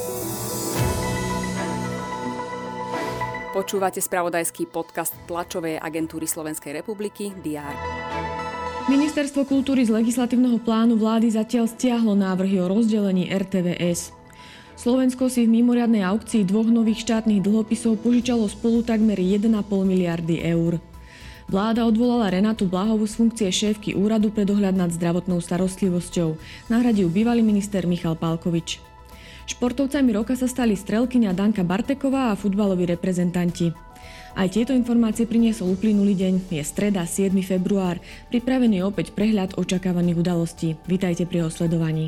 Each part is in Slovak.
Počúvate spravodajský podcast tlačovej agentúry Slovenskej republiky DR. Ministerstvo kultúry z legislatívneho plánu vlády zatiaľ stiahlo návrhy o rozdelení RTVS. Slovensko si v mimoriadnej aukcii 2 nových štátnych dlhopisov požičalo spolu takmer 1,5 miliardy eur. Vláda odvolala Renátu Blahovú z funkcie šéfky úradu pre dohľad nad zdravotnou starostlivosťou. Nahradil bývalý minister Michal Pálkovič. Športovcami roka sa stali strelkyňa Danka Barteková a futbaloví reprezentanti. Aj tieto informácie priniesol uplynulý deň. Je streda, 7. február. Pripravený opäť prehľad očakávaných udalostí. Vitajte pri jeho sledovaní.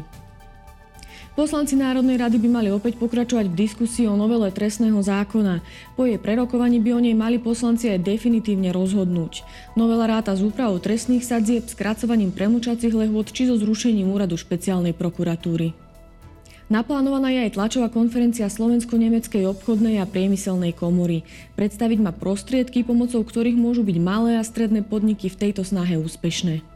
Poslanci Národnej rady by mali opäť pokračovať v diskusii o novele trestného zákona. Po jej prerokovaní by o nej mali poslanci aj definitívne rozhodnúť. Novela ráta s úpravou trestných sadzieb, skracovaním premlčacích lehôd či so zrušením úradu špeciálnej prokuratúry. Naplánovaná je aj tlačová konferencia Slovensko-nemeckej obchodnej a priemyselnej komory. Predstaviť má prostriedky, pomocou ktorých môžu byť malé a stredné podniky v tejto snahe úspešné.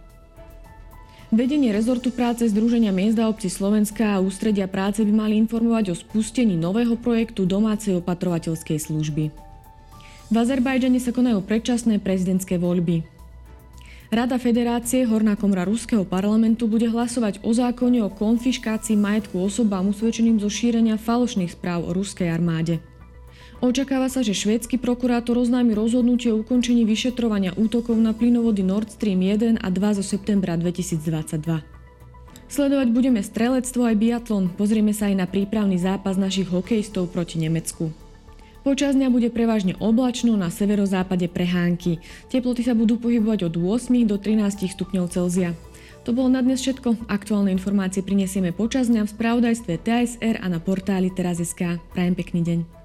Vedenie rezortu práce Združenia miest a obcí Slovenska a ústredia práce by mali informovať o spustení nového projektu domácej opatrovateľskej služby. V Azerbajdžane sa konajú predčasné prezidentské voľby. Rada Federácie, horná komora ruského parlamentu, bude hlasovať o zákone o konfiškácii majetku osobám usvedčeným zo šírenia falošných správ o ruskej armáde. Očakáva sa, že švédsky prokurátor oznámi rozhodnutie o ukončení vyšetrovania útokov na plynovody Nord Stream 1 a 2 zo septembra 2022. Sledovať budeme strelectvo aj biatlon. Pozrieme sa aj na prípravný zápas našich hokejistov proti Nemecku. Počas dňa bude prevažne oblačno, na severozápade prehánky. Teploty sa budú pohybovať od 8 do 13 stupňov Celzia. To bolo na dnes všetko. Aktuálne informácie prinesieme počas dňa v spravodajstve TASR a na portáli teraz.sk. Prajem pekný deň.